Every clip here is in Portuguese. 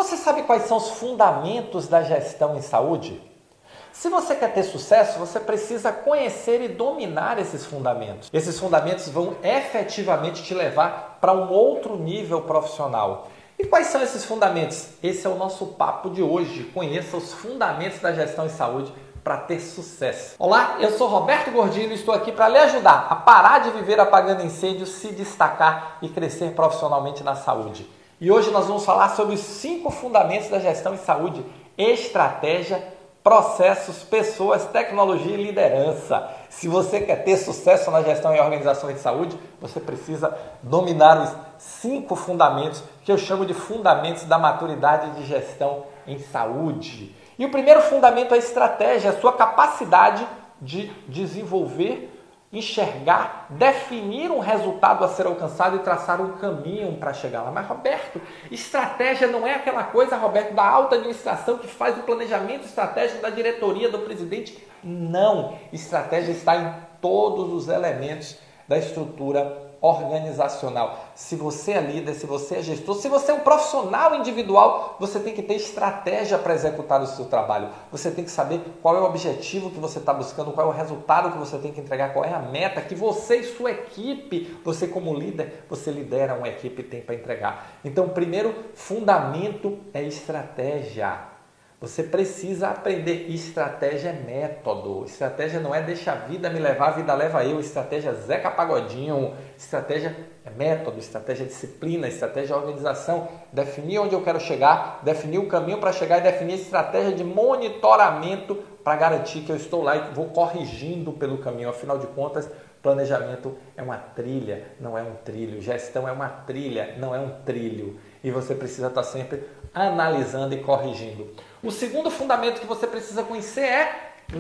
você sabe quais são os fundamentos da gestão em saúde? Se você quer ter sucesso, você precisa conhecer e dominar esses fundamentos. Esses fundamentos vão efetivamente te levar para um outro nível profissional. E quais são esses fundamentos? Esse é o nosso papo de hoje. Conheça os fundamentos da gestão em saúde para ter sucesso. Olá, eu sou Roberto Gordilho e estou aqui para lhe ajudar a parar de viver apagando incêndios, se destacar e crescer profissionalmente na saúde. E hoje nós vamos falar sobre os 5 fundamentos da gestão em saúde: estratégia, processos, pessoas, tecnologia e liderança. Se você quer ter sucesso na gestão e organização de saúde, você precisa dominar os 5 fundamentos que eu chamo de fundamentos da maturidade de gestão em saúde. E o primeiro fundamento é a estratégia, a sua capacidade de desenvolver, enxergar, definir um resultado a ser alcançado e traçar um caminho para chegar lá. Mas, Roberto, estratégia não é aquela coisa, Roberto, da alta administração que faz o planejamento estratégico da diretoria, do presidente? Não. Estratégia está em todos os elementos da estrutura organizacional. Se você é líder, se você é gestor, se você é um profissional individual, você tem que ter estratégia para executar o seu trabalho. Você tem que saber qual é o objetivo que você está buscando, qual é o resultado que você tem que entregar, qual é a meta que você e sua equipe, você como líder, você lidera uma equipe e tem para entregar. Então, o primeiro fundamento é estratégia. Você precisa aprender. Estratégia é método. Estratégia não é deixa a vida me levar, a vida leva eu. Estratégia Zeca Pagodinho. Estratégia é método, estratégia é disciplina, estratégia é organização. Definir onde eu quero chegar, definir o caminho para chegar e definir estratégia de monitoramento para garantir que eu estou lá e vou corrigindo pelo caminho. Afinal de contas, planejamento é uma trilha, não é um trilho. Gestão é uma trilha, não é um trilho. E você precisa estar sempre analisando e corrigindo. O segundo fundamento que você precisa conhecer é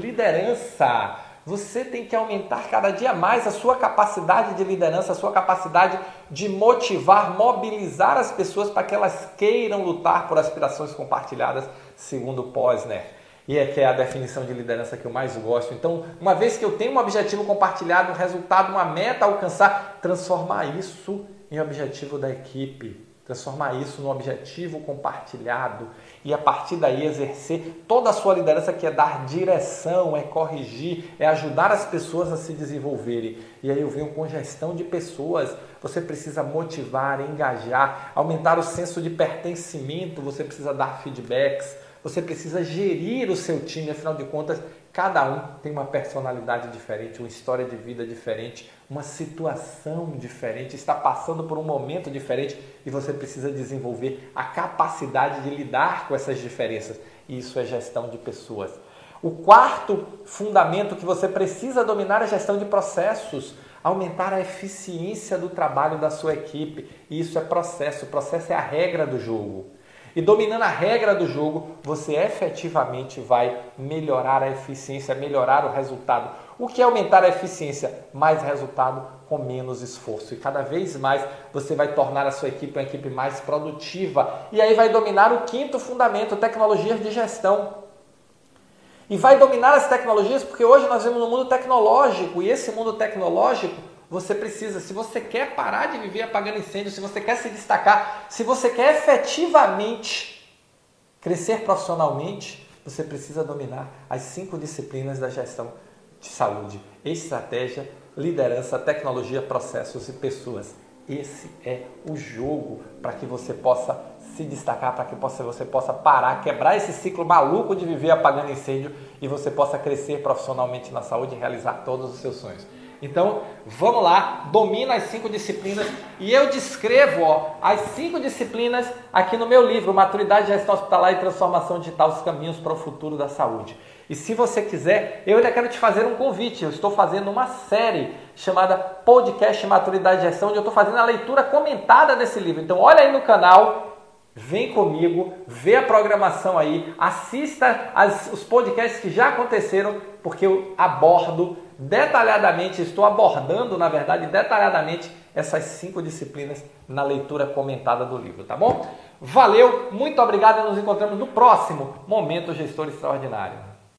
liderança. Você tem que aumentar cada dia mais a sua capacidade de liderança, a sua capacidade de motivar, mobilizar as pessoas para que elas queiram lutar por aspirações compartilhadas, segundo Posner. E é que é a definição de liderança que eu mais gosto. Então, uma vez que eu tenho um objetivo compartilhado, um resultado, uma meta a alcançar, transformar isso em objetivo da equipe. Transformar isso num objetivo compartilhado e a partir daí exercer toda a sua liderança, que é dar direção, é corrigir, é ajudar as pessoas a se desenvolverem. E aí eu venho com gestão de pessoas. Você precisa motivar, engajar, aumentar o senso de pertencimento, você precisa dar feedbacks, você precisa gerir o seu time, afinal de contas, cada um tem uma personalidade diferente, uma história de vida diferente, uma situação diferente, está passando por um momento diferente e você precisa desenvolver a capacidade de lidar com essas diferenças. E isso é gestão de pessoas. O quarto fundamento que você precisa dominar é a gestão de processos. Aumentar a eficiência do trabalho da sua equipe. E isso é processo. O processo é a regra do jogo. E dominando a regra do jogo, você efetivamente vai melhorar a eficiência, melhorar o resultado. O que é aumentar a eficiência? Mais resultado com menos esforço. E cada vez mais você vai tornar a sua equipe uma equipe mais produtiva. E aí vai dominar o quinto fundamento, tecnologias de gestão. E vai dominar as tecnologias porque hoje nós vivemos no mundo tecnológico. E esse mundo tecnológico, você precisa, se você quer parar de viver apagando incêndio, se você quer se destacar, se você quer efetivamente crescer profissionalmente, você precisa dominar as 5 disciplinas da gestão de saúde: estratégia, liderança, tecnologia, processos e pessoas. Esse é o jogo para que você possa se destacar, para que você possa parar, quebrar esse ciclo maluco de viver apagando incêndio e você possa crescer profissionalmente na saúde e realizar todos os seus sonhos. Então, vamos lá, domina as 5 disciplinas e eu descrevo as 5 disciplinas aqui no meu livro, Maturidade, Gestão Hospitalar e Transformação Digital, os caminhos para o futuro da saúde. E se você quiser, eu ainda quero te fazer um convite. Eu estou fazendo uma série chamada Podcast Maturidade e Gestão, onde eu estou fazendo a leitura comentada desse livro. Então, olha aí no canal, vem comigo, vê a programação aí, assista os podcasts que já aconteceram, porque eu abordo detalhadamente, estou abordando, na verdade, detalhadamente essas 5 disciplinas na leitura comentada do livro, tá bom? Valeu, muito obrigado e nos encontramos no próximo Momento Gestor Extraordinário.